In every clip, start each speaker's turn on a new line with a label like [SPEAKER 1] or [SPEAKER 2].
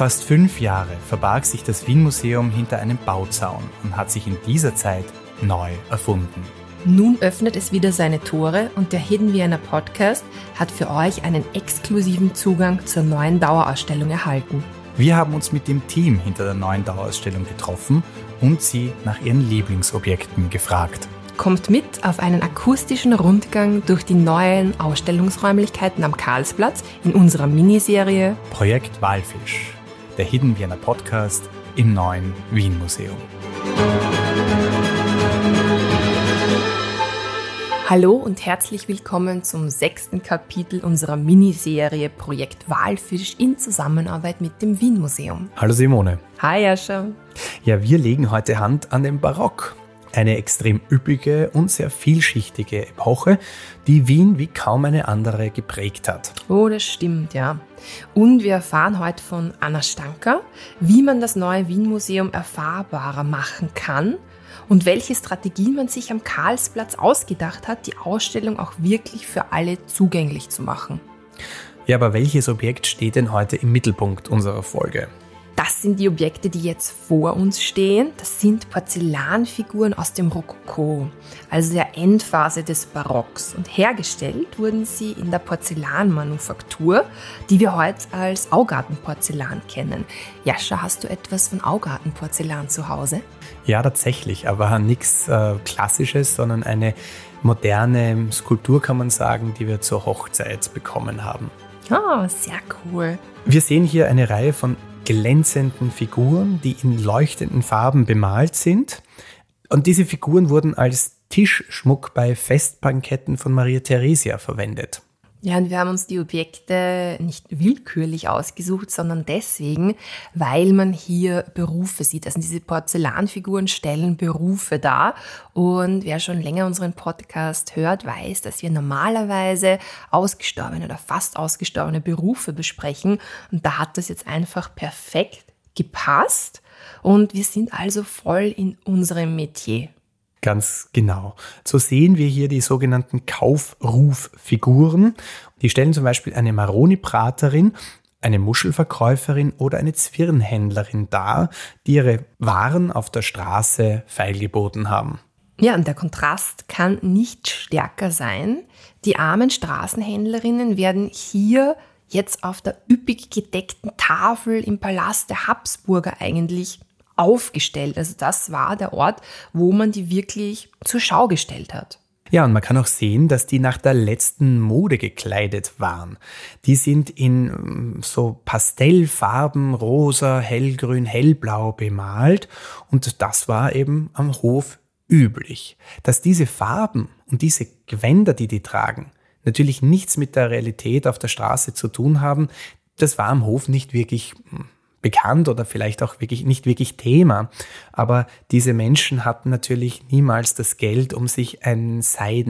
[SPEAKER 1] Fast 5 Jahre verbarg sich das Wien-Museum hinter einem Bauzaun und hat sich in dieser Zeit neu erfunden.
[SPEAKER 2] Nun öffnet es wieder seine Tore und der Hidden Vienna Podcast hat für euch einen exklusiven Zugang zur neuen Dauerausstellung erhalten.
[SPEAKER 1] Wir haben uns mit dem Team hinter der neuen Dauerausstellung getroffen und sie nach ihren Lieblingsobjekten gefragt.
[SPEAKER 2] Kommt mit auf einen akustischen Rundgang durch die neuen Ausstellungsräumlichkeiten am Karlsplatz in unserer Miniserie
[SPEAKER 1] Projekt Walfisch, der Hidden Vienna Podcast im neuen Wien-Museum.
[SPEAKER 2] Hallo und herzlich willkommen zum 6. Kapitel unserer Miniserie Projekt Walfisch in Zusammenarbeit mit dem Wien-Museum.
[SPEAKER 1] Hallo Simone.
[SPEAKER 2] Hi Jascha.
[SPEAKER 1] Ja, wir legen heute Hand an den Barock. Eine extrem üppige und sehr vielschichtige Epoche, die Wien wie kaum eine andere geprägt hat.
[SPEAKER 2] Oh, das stimmt, ja. Und wir erfahren heute von Anna Stanker, wie man das neue Wien-Museum erfahrbarer machen kann und welche Strategien man sich am Karlsplatz ausgedacht hat, die Ausstellung auch wirklich für alle zugänglich zu machen.
[SPEAKER 1] Ja, aber welches Objekt steht denn heute im Mittelpunkt unserer Folge?
[SPEAKER 2] Das sind die Objekte, die jetzt vor uns stehen. Das sind Porzellanfiguren aus dem Rokoko, also der Endphase des Barocks. Und hergestellt wurden sie in der Porzellanmanufaktur, die wir heute als Augartenporzellan kennen. Jascha, hast du etwas von Augartenporzellan zu Hause?
[SPEAKER 1] Ja, tatsächlich, aber nichts Klassisches, sondern eine moderne Skulptur, kann man sagen, die wir zur Hochzeit bekommen haben.
[SPEAKER 2] Oh, sehr cool.
[SPEAKER 1] Wir sehen hier eine Reihe von glänzenden Figuren, die in leuchtenden Farben bemalt sind. Und diese Figuren wurden als Tischschmuck bei Festbanketten von Maria Theresia verwendet.
[SPEAKER 2] Ja, und wir haben uns die Objekte nicht willkürlich ausgesucht, sondern deswegen, weil man hier Berufe sieht. Also diese Porzellanfiguren stellen Berufe dar. Und wer schon länger unseren Podcast hört, weiß, dass wir normalerweise ausgestorbene oder fast ausgestorbene Berufe besprechen. Und da hat das jetzt einfach perfekt gepasst. Und wir sind also voll in unserem Metier.
[SPEAKER 1] Ganz genau. So sehen wir hier die sogenannten Kaufruffiguren. Die stellen zum Beispiel eine Maroni-Braterin, eine Muschelverkäuferin oder eine Zwirnhändlerin dar, die ihre Waren auf der Straße feilgeboten haben.
[SPEAKER 2] Ja, und der Kontrast kann nicht stärker sein. Die armen Straßenhändlerinnen werden hier jetzt auf der üppig gedeckten Tafel im Palast der Habsburger eigentlich aufgestellt. Also das war der Ort, wo man die wirklich zur Schau gestellt hat.
[SPEAKER 1] Ja, und man kann auch sehen, dass die nach der letzten Mode gekleidet waren. Die sind in so Pastellfarben, rosa, hellgrün, hellblau bemalt. Und das war eben am Hof üblich. Dass diese Farben und diese Gewänder, die tragen, natürlich nichts mit der Realität auf der Straße zu tun haben, das war am Hof nicht wirklich bekannt oder vielleicht auch wirklich nicht wirklich Thema. Aber diese Menschen hatten natürlich niemals das Geld, um sich einen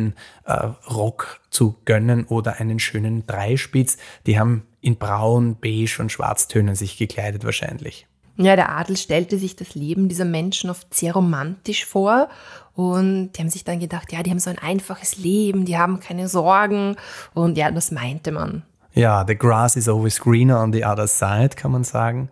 [SPEAKER 1] Seidenrock zu gönnen oder einen schönen Dreispitz. Die haben in Braun, Beige und Schwarztönen sich gekleidet wahrscheinlich.
[SPEAKER 2] Ja, der Adel stellte sich das Leben dieser Menschen oft sehr romantisch vor und die haben sich dann gedacht, ja, die haben so ein einfaches Leben, die haben keine Sorgen und ja, das meinte man.
[SPEAKER 1] Ja, the grass is always greener on the other side, kann man sagen.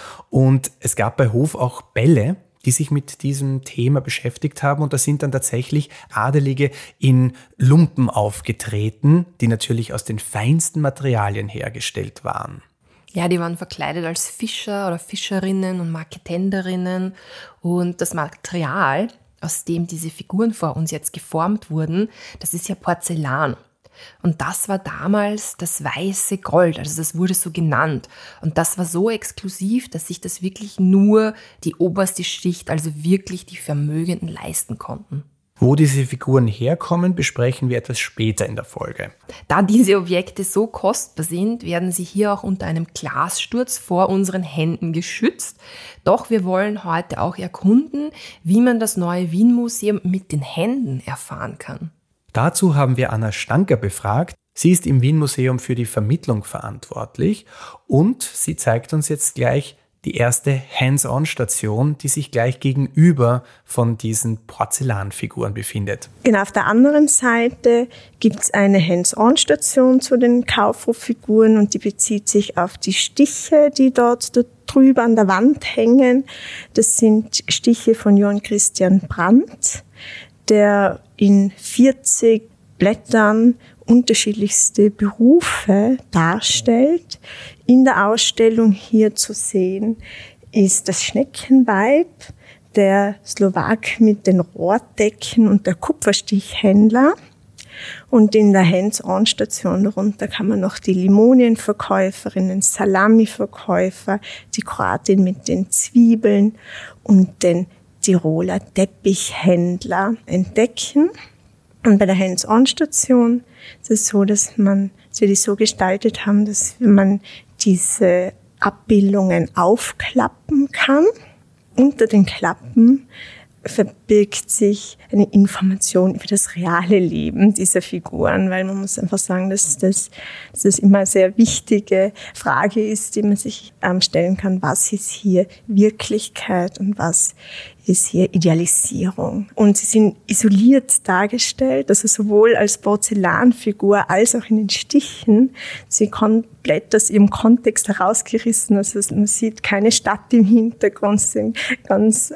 [SPEAKER 1] Und es gab bei Hof auch Bälle, die sich mit diesem Thema beschäftigt haben. Und da sind dann tatsächlich Adelige in Lumpen aufgetreten, die natürlich aus den feinsten Materialien hergestellt waren.
[SPEAKER 2] Ja, die waren verkleidet als Fischer oder Fischerinnen und Marketenderinnen. Und das Material, aus dem diese Figuren vor uns jetzt geformt wurden, das ist ja Porzellan. Und das war damals das weiße Gold, also das wurde so genannt. Und das war so exklusiv, dass sich das wirklich nur die oberste Schicht, also wirklich die Vermögenden leisten konnten.
[SPEAKER 1] Wo diese Figuren herkommen, besprechen wir etwas später in der Folge.
[SPEAKER 2] Da diese Objekte so kostbar sind, werden sie hier auch unter einem Glassturz vor unseren Händen geschützt. Doch wir wollen heute auch erkunden, wie man das neue Wien-Museum mit den Händen erfahren kann.
[SPEAKER 1] Dazu haben wir Anna Stanker befragt. Sie ist im Wien-Museum für die Vermittlung verantwortlich und sie zeigt uns jetzt gleich die erste Hands-on-Station, die sich gleich gegenüber von diesen Porzellanfiguren befindet.
[SPEAKER 3] Genau, auf der anderen Seite gibt es eine Hands-on-Station zu den Kaufhoffiguren und die bezieht sich auf die Stiche, die dort drüber an der Wand hängen. Das sind Stiche von Johann Christian Brandt, der in 40 Blättern unterschiedlichste Berufe darstellt. In der Ausstellung hier zu sehen ist das Schneckenweib, der Slowak mit den Rohrdecken und der Kupferstichhändler. Und in der Hands-on-Station darunter kann man noch die Limonienverkäuferin, den Salamiverkäufer, die Kroatin mit den Zwiebeln und den Tiroler Teppichhändler entdecken. Und bei der Hands-on-Station ist es so, dass wir die so gestaltet haben, dass man diese Abbildungen aufklappen kann. Unter den Klappen verbirgt sich eine Information über das reale Leben dieser Figuren, weil man muss einfach sagen, dass das immer eine sehr wichtige Frage ist, die man sich stellen kann, was ist hier Wirklichkeit und was ist hier Idealisierung. Und sie sind isoliert dargestellt, also sowohl als Porzellanfigur als auch in den Stichen. Sie komplett aus ihrem Kontext herausgerissen, also man sieht keine Stadt im Hintergrund, sie sind ganz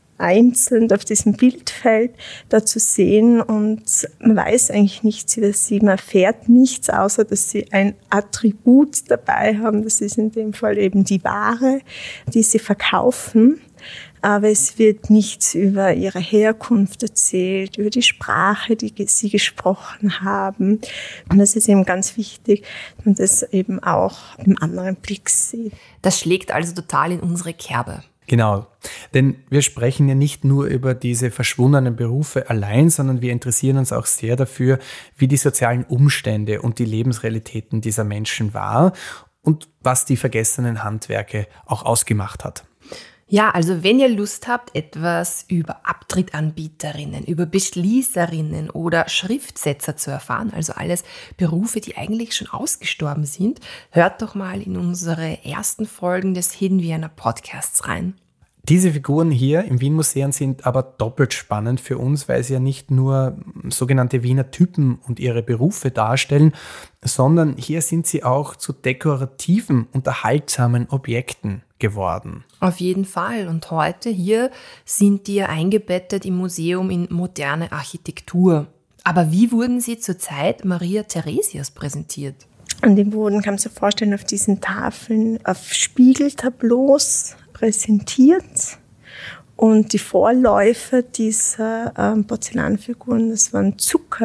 [SPEAKER 3] einzeln auf diesem Bildfeld da zu sehen und man weiß eigentlich nichts über sie, man erfährt nichts, außer dass sie ein Attribut dabei haben, das ist in dem Fall eben die Ware, die sie verkaufen, aber es wird nichts über ihre Herkunft erzählt, über die Sprache, die sie gesprochen haben und das ist eben ganz wichtig, dass man das eben auch im anderen Blick sieht.
[SPEAKER 2] Das schlägt also total in unsere Kerbe.
[SPEAKER 1] Genau, denn wir sprechen ja nicht nur über diese verschwundenen Berufe allein, sondern wir interessieren uns auch sehr dafür, wie die sozialen Umstände und die Lebensrealitäten dieser Menschen war und was die vergessenen Handwerke auch ausgemacht hat.
[SPEAKER 2] Ja, also wenn ihr Lust habt, etwas über Abtrittanbieterinnen, über Beschließerinnen oder Schriftsetzer zu erfahren, also alles Berufe, die eigentlich schon ausgestorben sind, hört doch mal in unsere ersten Folgen des Hidden Vienna Podcasts rein.
[SPEAKER 1] Diese Figuren hier im Wien-Museum sind aber doppelt spannend für uns, weil sie ja nicht nur sogenannte Wiener Typen und ihre Berufe darstellen, sondern hier sind sie auch zu dekorativen, unterhaltsamen Objekten geworden.
[SPEAKER 2] Auf jeden Fall. Und heute hier sind die eingebettet im Museum in moderne Architektur. Aber wie wurden sie zur Zeit Maria Theresias präsentiert?
[SPEAKER 3] Und die wurden, kann man sich vorstellen, auf diesen Tafeln auf Spiegeltableaus präsentiert. Und die Vorläufer dieser Porzellanfiguren, das waren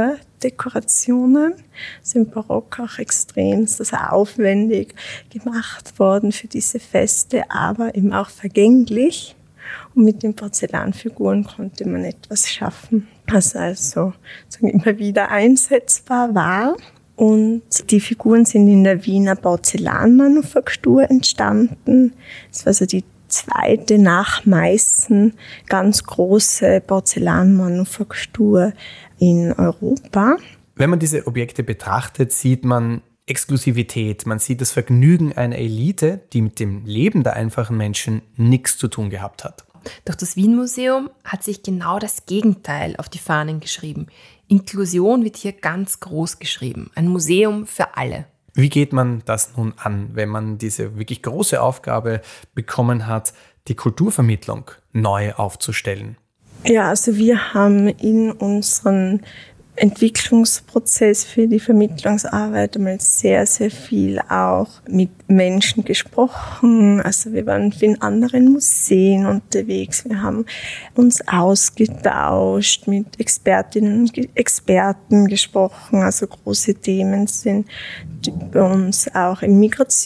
[SPEAKER 3] Zuckerdekorationen, sind barock auch extrem, also aufwendig gemacht worden für diese Feste, aber eben auch vergänglich. Und mit den Porzellanfiguren konnte man etwas schaffen, was also immer wieder einsetzbar war. Und die Figuren sind in der Wiener Porzellanmanufaktur entstanden. Das war also die zweite nach Meißen ganz große Porzellanmanufaktur in Europa.
[SPEAKER 1] Wenn man diese Objekte betrachtet, sieht man Exklusivität, man sieht das Vergnügen einer Elite, die mit dem Leben der einfachen Menschen nichts zu tun gehabt hat.
[SPEAKER 2] Doch das Wien-Museum hat sich genau das Gegenteil auf die Fahnen geschrieben. Inklusion wird hier ganz groß geschrieben. Ein Museum für alle.
[SPEAKER 1] Wie geht man das nun an, wenn man diese wirklich große Aufgabe bekommen hat, die Kulturvermittlung neu aufzustellen?
[SPEAKER 3] Ja, also wir haben in unserem Entwicklungsprozess für die Vermittlungsarbeit einmal sehr, sehr viel auch mit Menschen gesprochen. Also wir waren in anderen Museen unterwegs. Wir haben uns ausgetauscht, mit Expertinnen und Experten gesprochen. Also große Themen sind bei uns auch in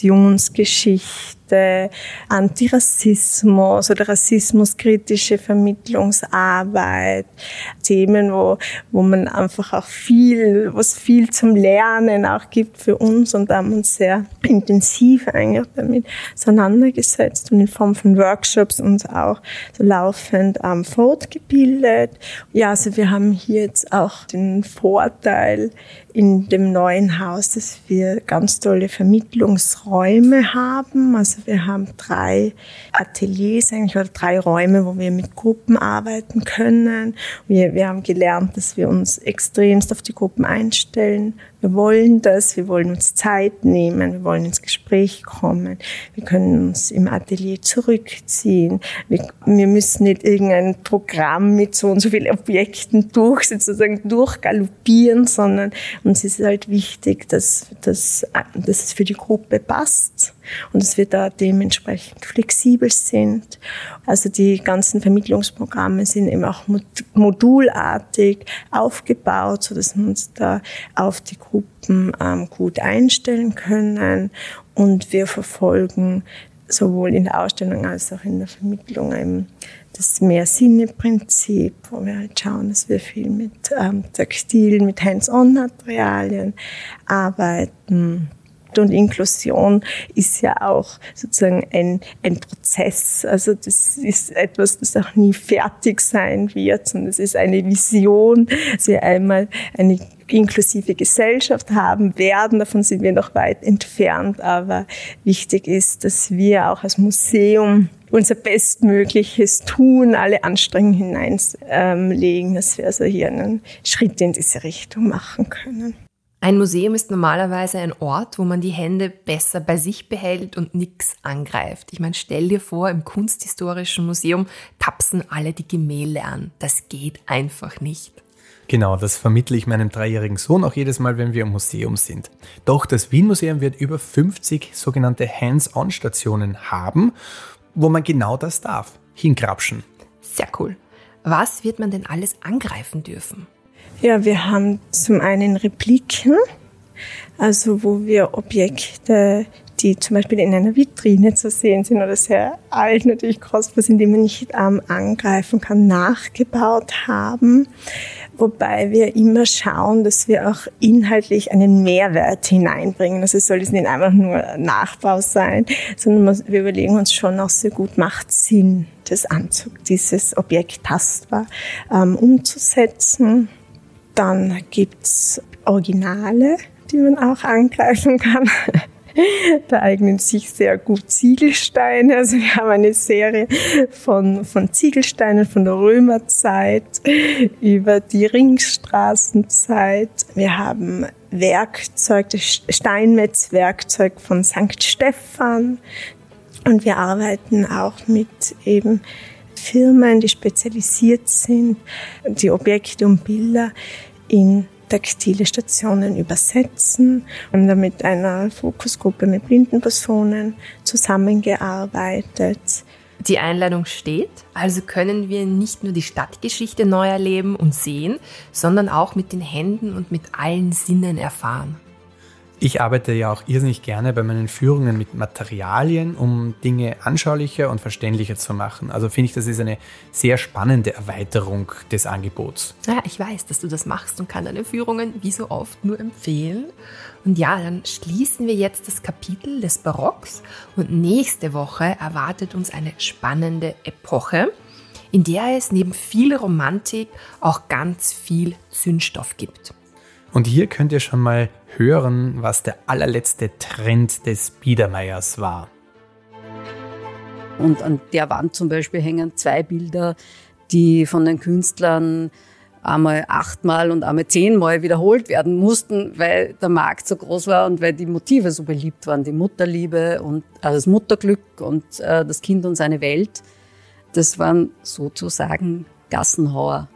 [SPEAKER 3] Migrationsgeschichte, Antirassismus oder rassismuskritische Vermittlungsarbeit, Themen, wo man einfach auch viel zum Lernen auch gibt für uns, und da haben wir uns sehr intensiv eigentlich damit auseinandergesetzt und in Form von Workshops uns auch so laufend fortgebildet. Ja, also wir haben hier jetzt auch den Vorteil in dem neuen Haus, dass wir ganz tolle Vermittlungsräume haben. Also Also wir haben 3 Ateliers eigentlich oder 3 Räume, wo wir mit Gruppen arbeiten können. Wir haben gelernt, dass wir uns extremst auf die Gruppen einstellen. Wir wollen das, wir wollen uns Zeit nehmen, wir wollen ins Gespräch kommen. Wir können uns im Atelier zurückziehen. Wir müssen nicht irgendein Programm mit so und so vielen Objekten durchgaloppieren, sondern uns ist halt wichtig, dass es für die Gruppe passt und dass wir da dementsprechend flexibel sind. Also die ganzen Vermittlungsprogramme sind eben auch modulartig aufgebaut, sodass wir uns da auf die Gruppen gut einstellen können. Und wir verfolgen sowohl in der Ausstellung als auch in der Vermittlung eben das Mehr-Sinne-Prinzip, wo wir halt schauen, dass wir viel mit Textilien, mit Hands-on-Materialien arbeiten. Und Inklusion ist ja auch sozusagen ein Prozess. Also das ist etwas, das auch nie fertig sein wird, sondern es ist eine Vision, dass wir einmal eine inklusive Gesellschaft haben werden. Davon sind wir noch weit entfernt, aber wichtig ist, dass wir auch als Museum unser Bestmögliches tun, alle Anstrengungen hineinlegen, dass wir also hier einen Schritt in diese Richtung machen können.
[SPEAKER 2] Ein Museum ist normalerweise ein Ort, wo man die Hände besser bei sich behält und nichts angreift. Ich meine, stell dir vor, im Kunsthistorischen Museum tapsen alle die Gemälde an. Das geht einfach nicht.
[SPEAKER 1] Genau, das vermittle ich meinem 3-jährigen Sohn auch jedes Mal, wenn wir im Museum sind. Doch das Wien-Museum wird über 50 sogenannte Hands-on-Stationen haben, wo man genau das darf, hingrapschen.
[SPEAKER 2] Sehr cool. Was wird man denn alles angreifen dürfen?
[SPEAKER 3] Ja, wir haben zum einen Repliken, also wo wir Objekte, die zum Beispiel in einer Vitrine zu sehen sind oder sehr alt, natürlich kostbar sind, die man nicht angreifen kann, nachgebaut haben. Wobei wir immer schauen, dass wir auch inhaltlich einen Mehrwert hineinbringen. Also es soll jetzt nicht einfach nur Nachbau sein, sondern wir überlegen uns schon auch sehr gut, macht Sinn, dieses Objekt tastbar umzusetzen. Dann gibt's Originale, die man auch angreifen kann. Da eignen sich sehr gut Ziegelsteine. Also wir haben eine Serie von Ziegelsteinen von der Römerzeit über die Ringstraßenzeit. Wir haben Werkzeug, das Steinmetzwerkzeug von St. Stephan. Und wir arbeiten auch mit eben Firmen, die spezialisiert sind, die Objekte und Bilder in textile Stationen übersetzen. Wir haben da mit einer Fokusgruppe mit blinden Personen zusammengearbeitet.
[SPEAKER 2] Die Einladung steht, also können wir nicht nur die Stadtgeschichte neu erleben und sehen, sondern auch mit den Händen und mit allen Sinnen erfahren.
[SPEAKER 1] Ich arbeite ja auch irrsinnig gerne bei meinen Führungen mit Materialien, um Dinge anschaulicher und verständlicher zu machen. Also finde ich, das ist eine sehr spannende Erweiterung des Angebots.
[SPEAKER 2] Ja, ich weiß, dass du das machst und kann deine Führungen wie so oft nur empfehlen. Und ja, dann schließen wir jetzt das Kapitel des Barocks und nächste Woche erwartet uns eine spannende Epoche, in der es neben viel Romantik auch ganz viel Zündstoff gibt.
[SPEAKER 1] Und hier könnt ihr schon mal hören, was der allerletzte Trend des Biedermeiers war.
[SPEAKER 4] Und an der Wand zum Beispiel hängen 2 Bilder, die von den Künstlern einmal 8-mal und einmal 10-mal wiederholt werden mussten, weil der Markt so groß war und weil die Motive so beliebt waren. Die Mutterliebe und das Mutterglück und das Kind und seine Welt. Das waren sozusagen Gassenhauer.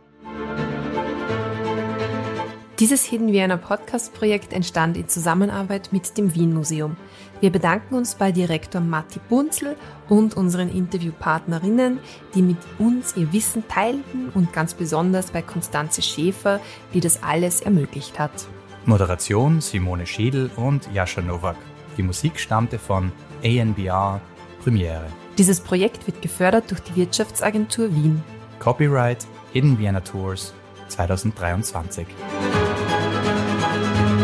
[SPEAKER 2] Dieses Hidden Vienna Podcast-Projekt entstand in Zusammenarbeit mit dem Wien-Museum. Wir bedanken uns bei Direktor Matti Bunzl und unseren Interviewpartnerinnen, die mit uns ihr Wissen teilten und ganz besonders bei Konstanze Schäfer, die das alles ermöglicht hat.
[SPEAKER 5] Moderation Simone Schädel und Jascha Nowak. Die Musik stammte von ANBR Premiere.
[SPEAKER 2] Dieses Projekt wird gefördert durch die Wirtschaftsagentur Wien.
[SPEAKER 5] Copyright Hidden Vienna Tours 2023.